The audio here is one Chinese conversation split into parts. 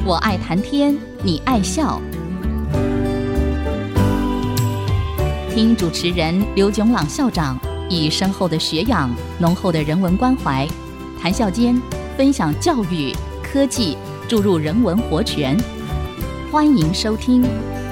我爱谈天，你爱笑。听主持人刘炯朗校长以深厚的学养、浓厚的人文关怀，谈笑间分享教育、科技，注入人文活泉。欢迎收听。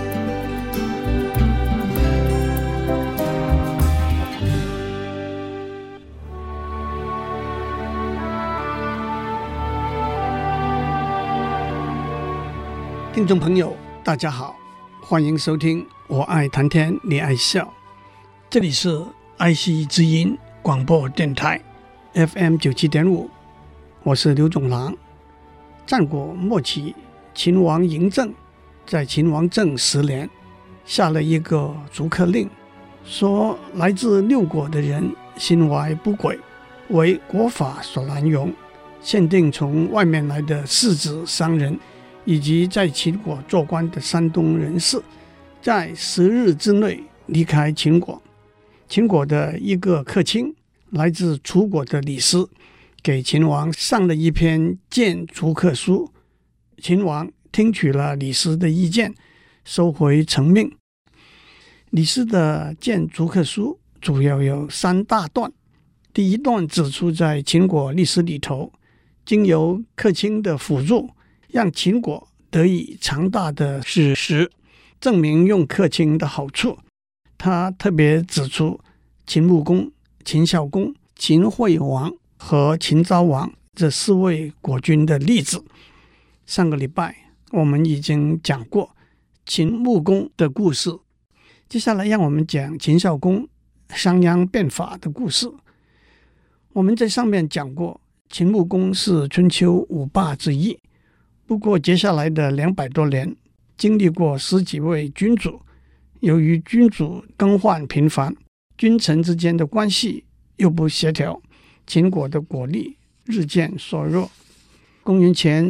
听众朋友大家好，欢迎收听我爱谈天你爱笑，这里是爱惜之音广播电台 FM 97.5，我是刘炯朗。战国末期，秦王嬴政在秦王政10年下了一个逐客令，说来自6国的人心怀不轨，为国法所滥用，限定从外面来的士子商人以及在秦国做官的山东人士，在10日之内离开秦国。秦国的一个客卿，来自楚国的李斯，给秦王上了一篇谏逐客书。秦王听取了李斯的意见，收回成命。李斯的谏逐客书主要有3大段。第一段指出，在秦国历史里头，经由客卿的辅助，让秦国得以强大的事实，证明用客卿的好处。他特别指出秦穆公、秦孝公、秦惠王和秦昭王这4位国君的例子。上个礼拜我们已经讲过秦穆公的故事，接下来让我们讲秦孝公商鞅变法的故事。我们在上面讲过，秦穆公是春秋5霸之一，不过接下来的200多年，经历过10几位君主，由于君主更换频繁，君臣之间的关系又不协调，秦国的国力日渐衰弱。公元前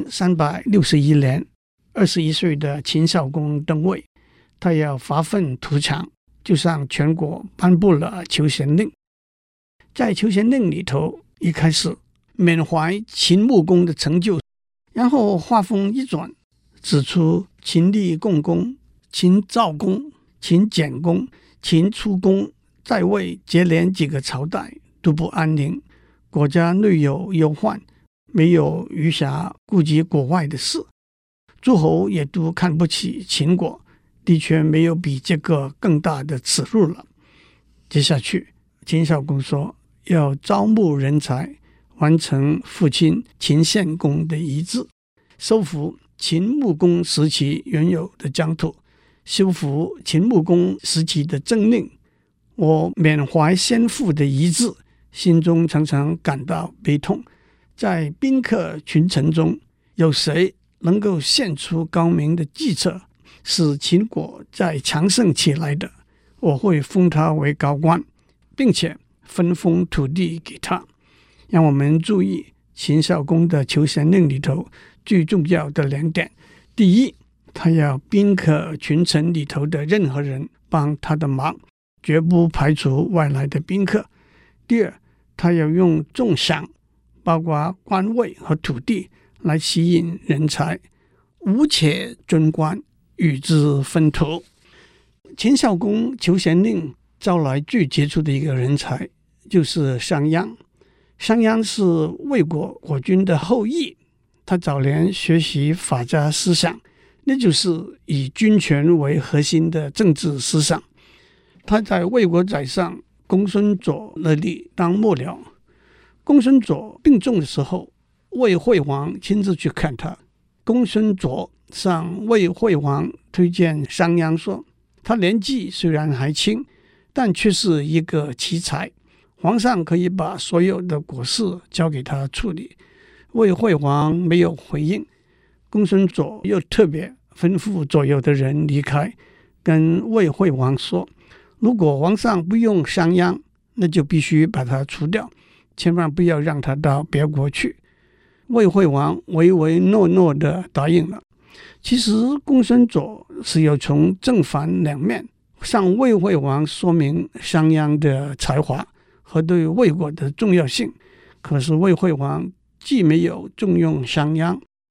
361年，21岁的秦孝公登位，他要发愤图强，就向全国颁布了求贤令。在求贤令里头，一开始缅怀秦穆公的成就，然后话锋一转，指出秦厉共工、秦昭公、秦简公、秦楚公在位接连几个朝代都不安宁，国家内有忧患，没有余暇顾及国外的事。诸侯也都看不起秦国，的确没有比这个更大的耻辱了。接下去，秦孝公说要招募人才，完成父亲秦献公的遗志，收复秦穆公时期原有的疆土，修复秦穆公时期的政令。我缅怀先父的遗志，心中常常感到悲痛。在宾客群臣中，有谁能够献出高明的计策，使秦国再强盛起来的，我会封他为高官，并且分封土地给他。让我们注意秦孝公的求贤令里头最重要的2点。第一，他要宾客群臣里头的任何人帮他的忙，绝不排除外来的宾客。第二，他要用重赏，包括官位和土地，来吸引人才，无且尊官，与之分途。秦孝公求贤令招来最杰出的一个人才，就是商鞅。商鞅是魏国国君的后裔，他早年学习法家思想，那就是以君权为核心的政治思想。他在魏国宰相公孙佐那里当幕僚。公孙佐病重的时候，魏惠王亲自去看他。公孙佐向魏惠王推荐商鞅说，他年纪虽然还轻，但却是一个奇才，皇上可以把所有的国事交给他处理。魏惠王没有回应，公孙佐又特别吩咐左右的人离开，跟魏惠王说，如果皇上不用商鞅，那就必须把他除掉，千万不要让他到别国去。魏惠王唯唯诺诺地答应了。其实公孙佐是要从正反两面向魏惠王说明商鞅的才华和对魏国的重要性，可是魏惠王既没有重用商鞅，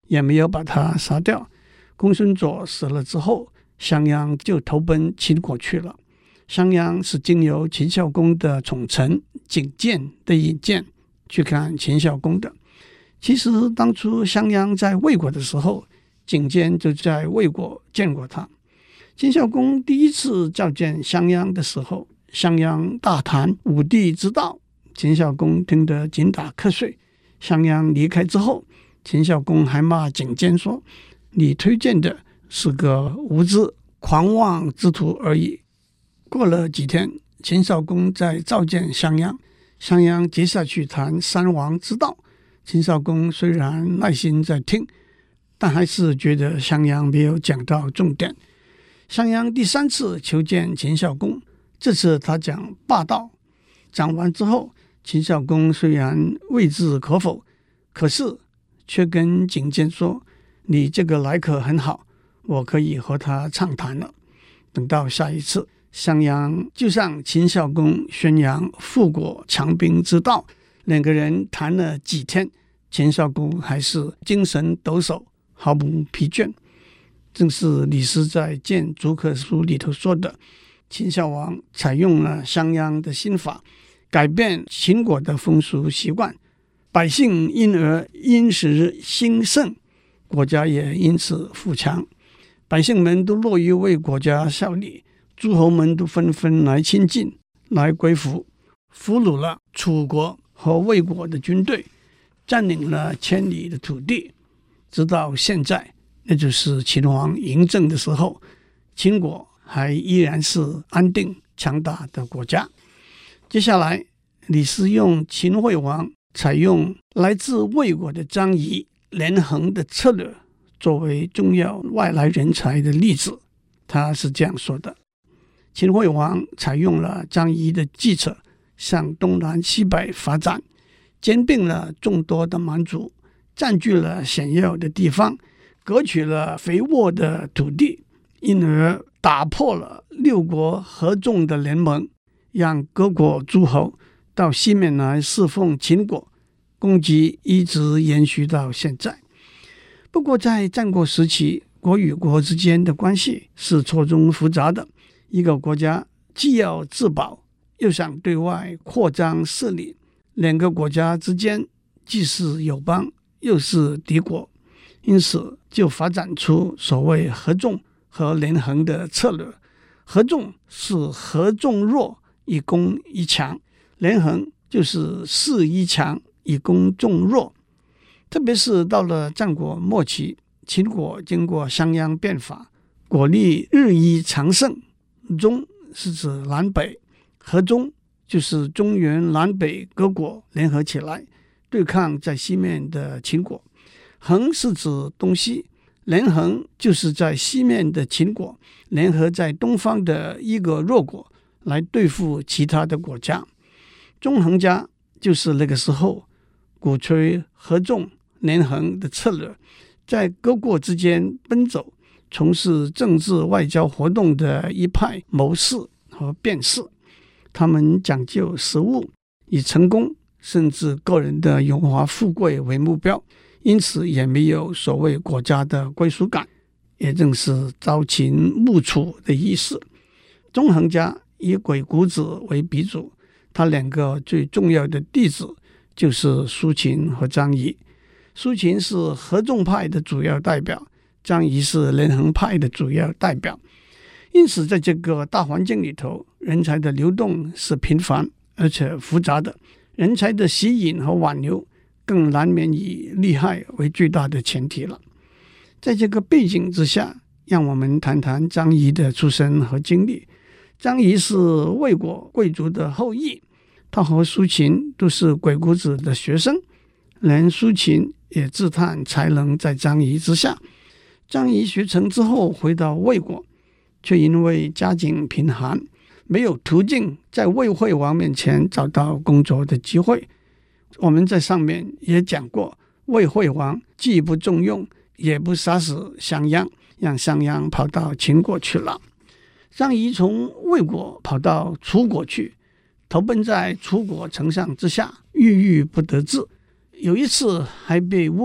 也没有把他杀掉。公孙佐死了之后，襄阳就投奔秦国去了。襄阳是经由秦孝公的宠臣景建的引荐去看秦孝公的。其实当初襄阳在魏国的时候，景建就在魏国见过他。秦孝公第一次召见襄阳的时候，襄阳大谈武帝之道，秦孝公听得紧打瞌睡。襄阳离开之后，秦孝公还骂景建说，你推荐的是个无知狂妄之徒而已。过了几天，秦孝公再召见襄阳，襄阳接下去谈三王之道。秦孝公虽然耐心在听，但还是觉得襄阳没有讲到重点。襄阳第三次求见秦孝公，这次他讲霸道。讲完之后，秦孝公虽然未置可否，可是却跟景建说，你这个来客很好，我可以和他畅谈了。等到下一次，襄阳就向秦孝公宣扬富国强兵之道，两个人谈了几天，秦孝公还是精神抖擞，毫不疲倦。正是李斯在《谏逐客书》里头说的，秦孝王采用了襄阳的新法，改变秦国的风俗习惯，百姓因而因时兴盛，国家也因此富强。百姓们都乐于为国家效力，诸侯们都纷纷来亲近，来归服，俘虏了楚国和魏国的军队，占领了千里的土地。直到现在，那就是秦王嬴政的时候，秦国还依然是安定强大的国家。接下来，李斯用秦惠王采用来自魏国的张仪连横的策略作为重要外来人才的例子。他是这样说的，秦惠王采用了张仪的计策，向东南西北发展，兼并了众多的蛮族，占据了险要的地方，割取了肥沃的土地，因而打破了六国合纵的联盟，让各国诸侯到西面来侍奉秦国，功绩一直延续到现在。不过在战国时期，国与国之间的关系是错综复杂的，一个国家既要自保，又想对外扩张势力，两个国家之间既是友邦又是敌国，因此就发展出所谓合纵和连横的策略。合纵是合纵弱以攻一强，连横就是势一强以攻众弱。特别是到了战国末期，秦国经过商鞅变法，国力日益强盛。中是指南北，合纵就是中原南北各国联合起来对抗在西面的秦国。横是指东西，连横就是在西面的秦国联合在东方的一个弱国来对付其他的国家。纵横家就是那个时候鼓吹合纵连横的策略，在各国之间奔走，从事政治外交活动的一派谋士和辩士。他们讲究实务，以成功甚至个人的荣华富贵为目标，因此也没有所谓国家的归属感，也正是朝秦暮楚的意思。纵横家以鬼谷子为鼻祖，他两个最重要的弟子就是苏秦和张仪。苏秦是合纵派的主要代表，张仪是连横派的主要代表。因此在这个大环境里头，人才的流动是频繁而且复杂的，人才的吸引和挽留更难免以利害为最大的前提了。在这个背景之下，让我们谈谈张仪的出身和经历。张仪是魏国贵族的后裔，他和苏秦都是鬼谷子的学生，连苏秦也自叹才能在张仪之下。张仪学成之后回到魏国，却因为家境贫寒，没有途径在魏惠王面前找到工作的机会。我们在上面也讲过，魏惠王既不重用，也不杀死襄阳，让襄阳跑到秦国去了。张仪从魏国跑到楚国去，投奔在楚国丞相之下，郁郁不得志。有一次还被诬告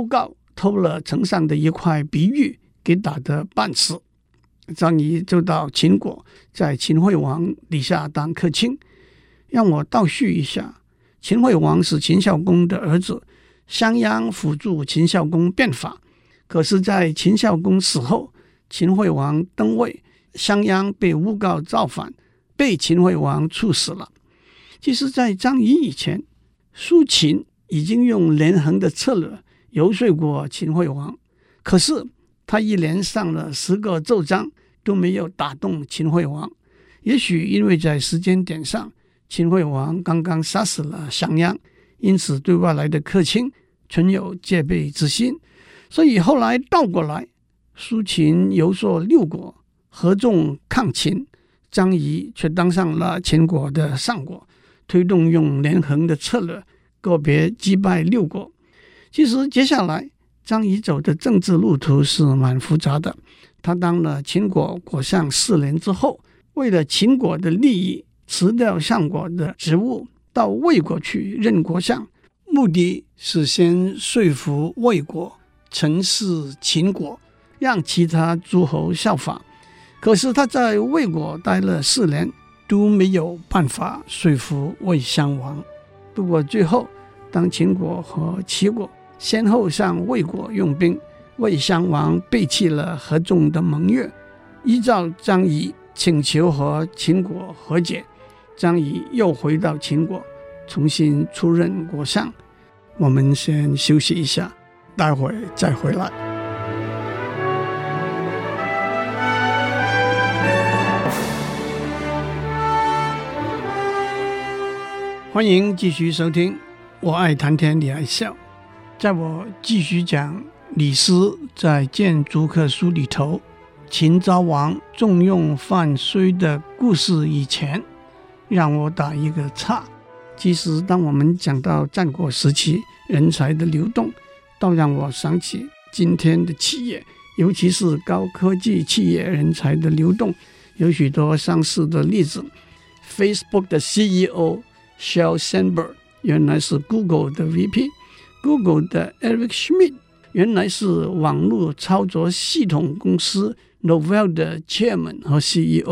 偷了城上的一块碧玉，给打得半死。张仪就到秦国，在秦惠王底下当客卿。让我倒叙一下，秦惠王是秦孝公的儿子，商鞅辅助秦孝公变法。可是在秦孝公死后，秦惠王登位，商鞅被诬告造反，被秦惠王处死了。其实在张仪以前，苏秦已经用连横的策略游说过秦惠王，可是他一连上了10个奏章都没有打动秦惠王。也许因为在时间点上，秦惠王刚刚杀死了商鞅，因此对外来的客卿存有戒备之心。所以后来倒过来，苏秦游说6国合纵抗秦，张仪却当上了秦国的上国，推动用连横的策略，个别击败6国。其实接下来张仪走的政治路途是蛮复杂的。他当了秦国国相4年之后，为了秦国的利益，辞掉相国的职务，到魏国去任国相，目的是先说服魏国承事秦国，让其他诸侯效法。可是他在魏国待了4年，都没有办法说服魏襄王。不过最后，当秦国和齐国先后向魏国用兵，魏襄王背弃了合纵的盟约，依照张仪请求和秦国和解。张仪又回到秦国，重新出任国相。我们先休息一下，待会再回来。欢迎继续收听，我爱谈天你爱笑。在我继续讲李斯在谏逐客书里头秦昭王重用范睢的故事以前，让我打一个岔。其实当我们讲到战国时期人才的流动，倒让我想起今天的企业，尤其是高科技企业人才的流动，有许多相似的例子。 Facebook 的 CEO Sheryl Sandberg 原来是 Google 的 VP， Google 的 Eric Schmidt 原来是网络操作系统公司 Novell 的 Chairman 和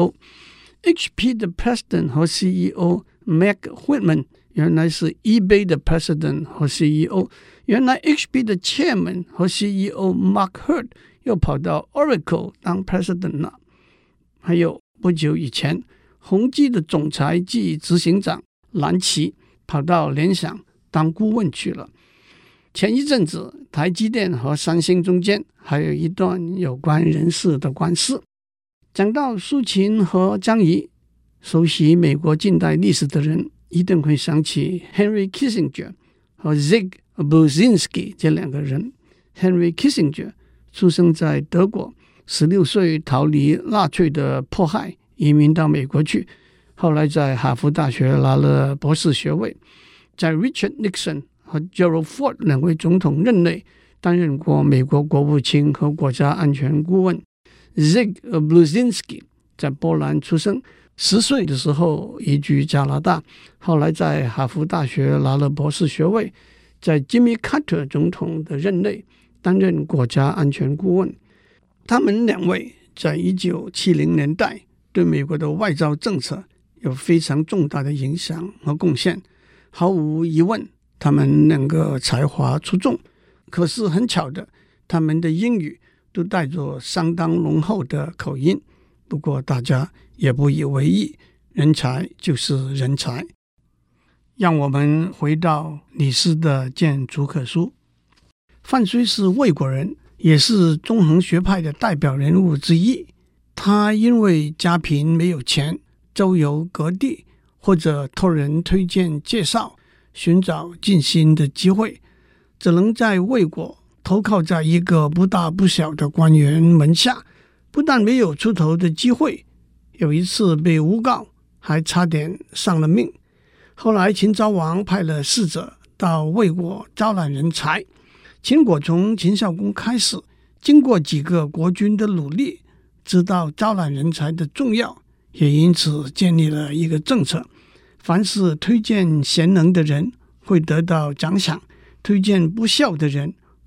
CEO，HP 的 President 和 CEO Mac Whitman 原来是 eBay 的 President 和 CEO， 原来 HP 的 Chairman 和 CEO Mark Hurd 又跑到 Oracle 当 President 了。还有不久以前，宏基的总裁暨执行长蓝奇跑到联想当顾问去了。前一阵子，台积电和三星中间还有一段有关人事的官司。讲到苏秦和张仪，熟悉美国近代历史的人一定会想起 Henry Kissinger 和 Zig Brzezinski 这2个人。Henry Kissinger 出生在德国，16岁逃离纳粹的迫害，移民到美国去，后来在哈佛大学拿了博士学位，在 Richard Nixon 和 Gerald Ford 2位总统任内担任过美国国务卿和国家安全顾问。Zig Brzezinski 在波兰出生，10岁的时候移居加拿大，后来在哈佛大学拿了博士学位，在 Jimmy Carter 总统的任内担任国家安全顾问。他们2位在1970年代对美国的外交政策有非常重大的影响和贡献。毫无疑问，他们2个才华出众，可是很巧的，他们的英语都带着相当浓厚的口音。不过大家也不以为意，人才就是人才。让我们回到李斯的谏逐客书。范睢是魏国人，也是纵横学派的代表人物之一。他因为家贫没有钱，周游各地，或者托人推荐介绍，寻找进新的机会，只能在魏国投靠在一个不大不小的官员门下，不但没有出头的机会，有一次被诬告，还差点丧了命。后来秦昭王派了使者到魏国招揽人才，秦国从秦孝公开始，经过几个国君的努力，知道招揽人才的重要，也因此建立了一个政策，凡是推荐贤能的人会得到奖赏，推荐不孝的人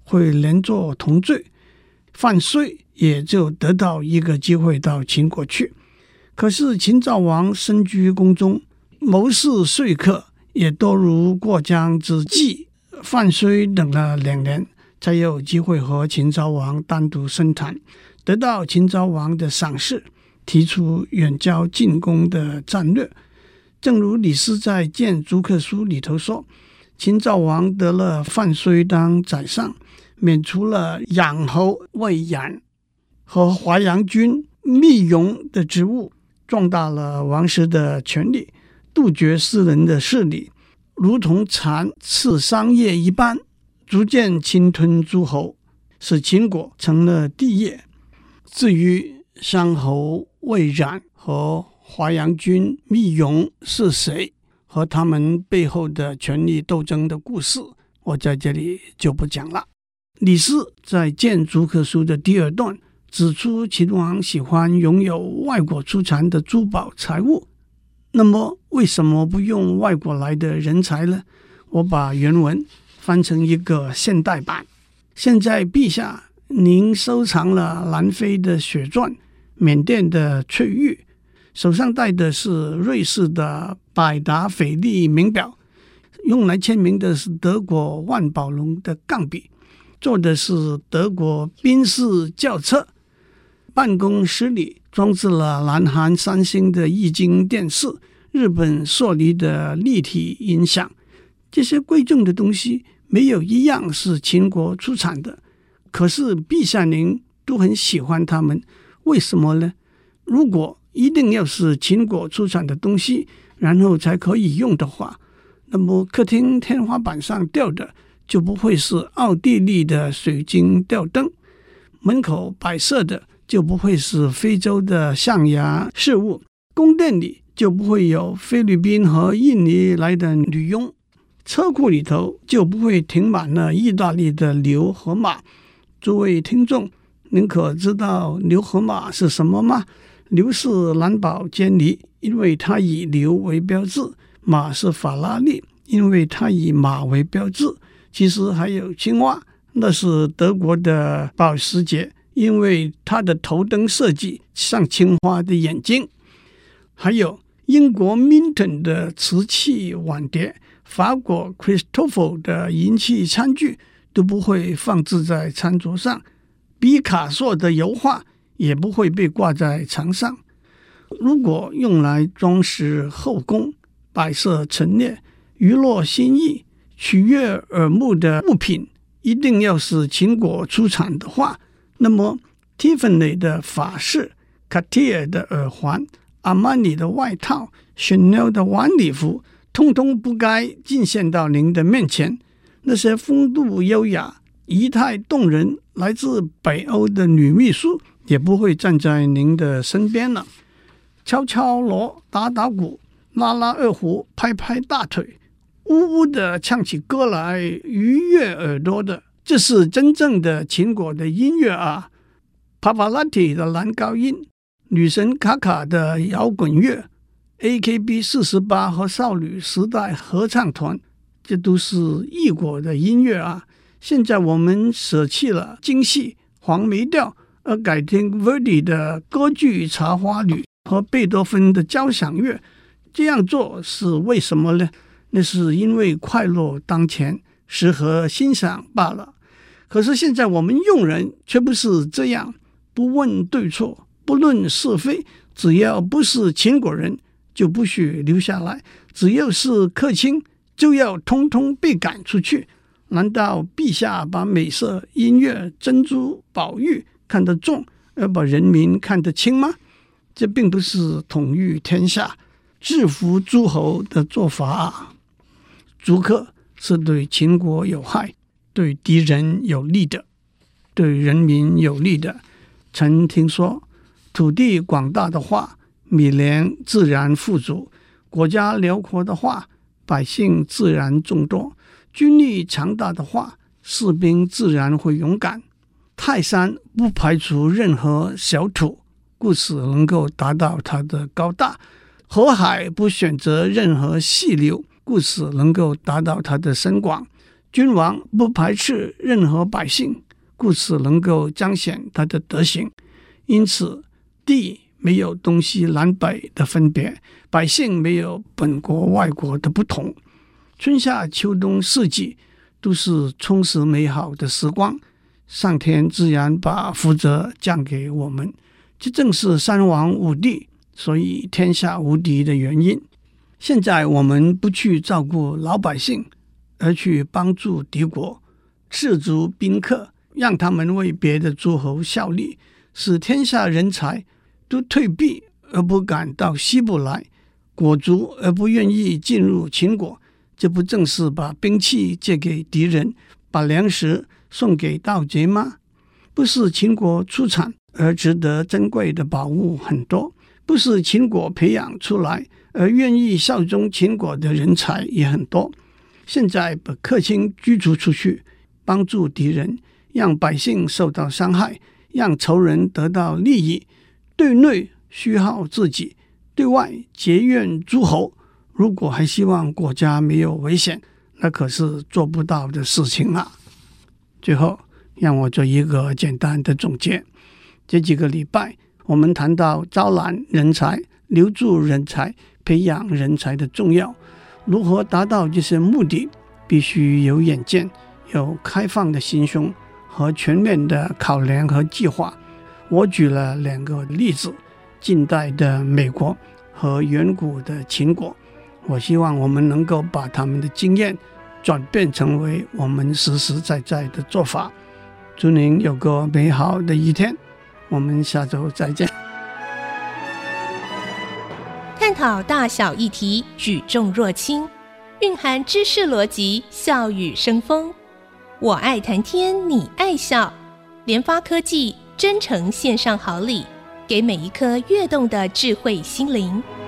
会连坐同罪，犯税也就得到一个机会到秦国去。可是秦昭王身居宫中，谋士说客也多如过江之鲫，范睢等了2年才有机会和秦昭王单独深谈，得到秦昭王的赏识，提出远交近攻的战略。正如李斯在《谏逐客书》里头说，秦昭王得了范睢当宰相，免除了养侯魏冉和华阳君密戎的职务，壮大了王室的权力，杜绝私人的势力，如同蚕刺桑叶一般，逐渐侵吞诸侯，使秦国成了帝业。至于商侯魏冉和华阳君密戎是谁，和他们背后的权力斗争的故事，我在这里就不讲了。李斯在《谏逐客书》的第2段指出，秦王喜欢拥有外国出产的珠宝财物，那么为什么不用外国来的人才呢？我把原文翻成一个现代版。现在陛下您收藏了南非的血钻，缅甸的翠玉，手上戴的是瑞士的百达翡丽名表，用来签名的是德国万宝龙的钢笔，坐的是德国宾士轿车，办公室里装置了南韩三星的液晶电视，日本索尼的立体音响。这些贵重的东西没有一样是秦国出产的，可是陛下您都很喜欢它们，为什么呢？如果一定要是秦国出产的东西，然后才可以用的话，那么客厅天花板上吊的就不会是奥地利的水晶吊灯，门口摆设的就不会是非洲的象牙饰物，宫殿里就不会有菲律宾和印尼来的女佣，车库里头就不会停满了意大利的牛和马。诸位听众，您可知道牛和马是什么吗？牛是兰博基尼，因为它以牛为标志；马是法拉利，因为它以马为标志。其实还有青蛙，那是德国的保时捷，因为它的头灯设计像青蛙的眼睛。还有英国 Minton 的瓷器碗碟，法国 Christofle 的银器餐具都不会放置在餐桌上，毕卡索的油画也不会被挂在墙上。如果用来装饰后宫、摆设陈列、娱乐心意、取悦耳目的物品一定要是秦国出产的话，那么 Tiffany 的法式、Cartier 的耳环、阿玛尼的外套、Chanel 的晚礼服，通通不该进献到您的面前。那些风度优雅、仪态动人、来自北欧的女秘书也不会站在您的身边了。敲敲锣、打打鼓、拉拉二胡、拍拍大腿，呜呜地唱起歌来，愉悦耳朵的，这是真正的秦国的音乐啊！帕帕拉提的男高音，女神卡卡的摇滚乐， AKB48 和少女时代合唱团，这都是异国的音乐啊！现在我们舍弃了京戏、黄梅调，而改听 Verdi 的歌剧《茶花女》和贝多芬的交响乐，这样做是为什么呢？那是因为快乐当前，适合欣赏罢了。可是现在我们用人却不是这样，不问对错，不论是非，只要不是秦国人就不许留下来，只要是客卿就要通通被赶出去。难道陛下把美色、音乐、珍珠、宝玉看得重，而把人民看得轻吗？这并不是统御天下、制服诸侯的做法啊！逐客是对秦国有害，对敌人有利的，对人民有利的。曾听说，土地广大的话，米粮自然富足；国家辽阔的话，百姓自然众多；军力强大的话，士兵自然会勇敢。泰山不排除任何小土，故此能够达到它的高大；河海不选择任何细流，故此能够达到它的深广； 君王不排斥任何百姓，故此能够彰显他的德行。因此，地没有东西南北的分别，百姓没有本国外国的不同。春夏秋冬四季都是充实美好的时光，上天自然把福泽降给我们，这正是三王五帝，所以天下无敌的原因。现在我们不去照顾老百姓，而去帮助敌国，斥足宾客，让他们为别的诸侯效力，使天下人才都退避而不敢到西部来，国足而不愿意进入秦国，这不正是把兵器借给敌人，把粮食送给盗贼吗？不是秦国出产而值得珍贵的宝物很多，不是秦国培养出来而愿意效忠秦国的人才也很多。现在把客卿驱逐出去，帮助敌人，让百姓受到伤害，让仇人得到利益，对内虚耗自己，对外结怨诸侯。如果还希望国家没有危险，那可是做不到的事情啊。最后，让我做一个简单的总结。这几个礼拜，我们谈到招揽人才、留住人才、培养人才的重要。如何达到这些目的，必须有远见，有开放的心胸和全面的考量和计划。我举了2个例子，近代的美国和远古的秦国。我希望我们能够把他们的经验转变成为我们实实在在的做法。祝您有个美好的一天，我们下周再见。 探讨大小议题，举重若轻，蕴含知识逻辑，笑语生风。我爱谈天，你爱笑。联发科技真诚献上好礼，给每一颗跃动的智慧心灵。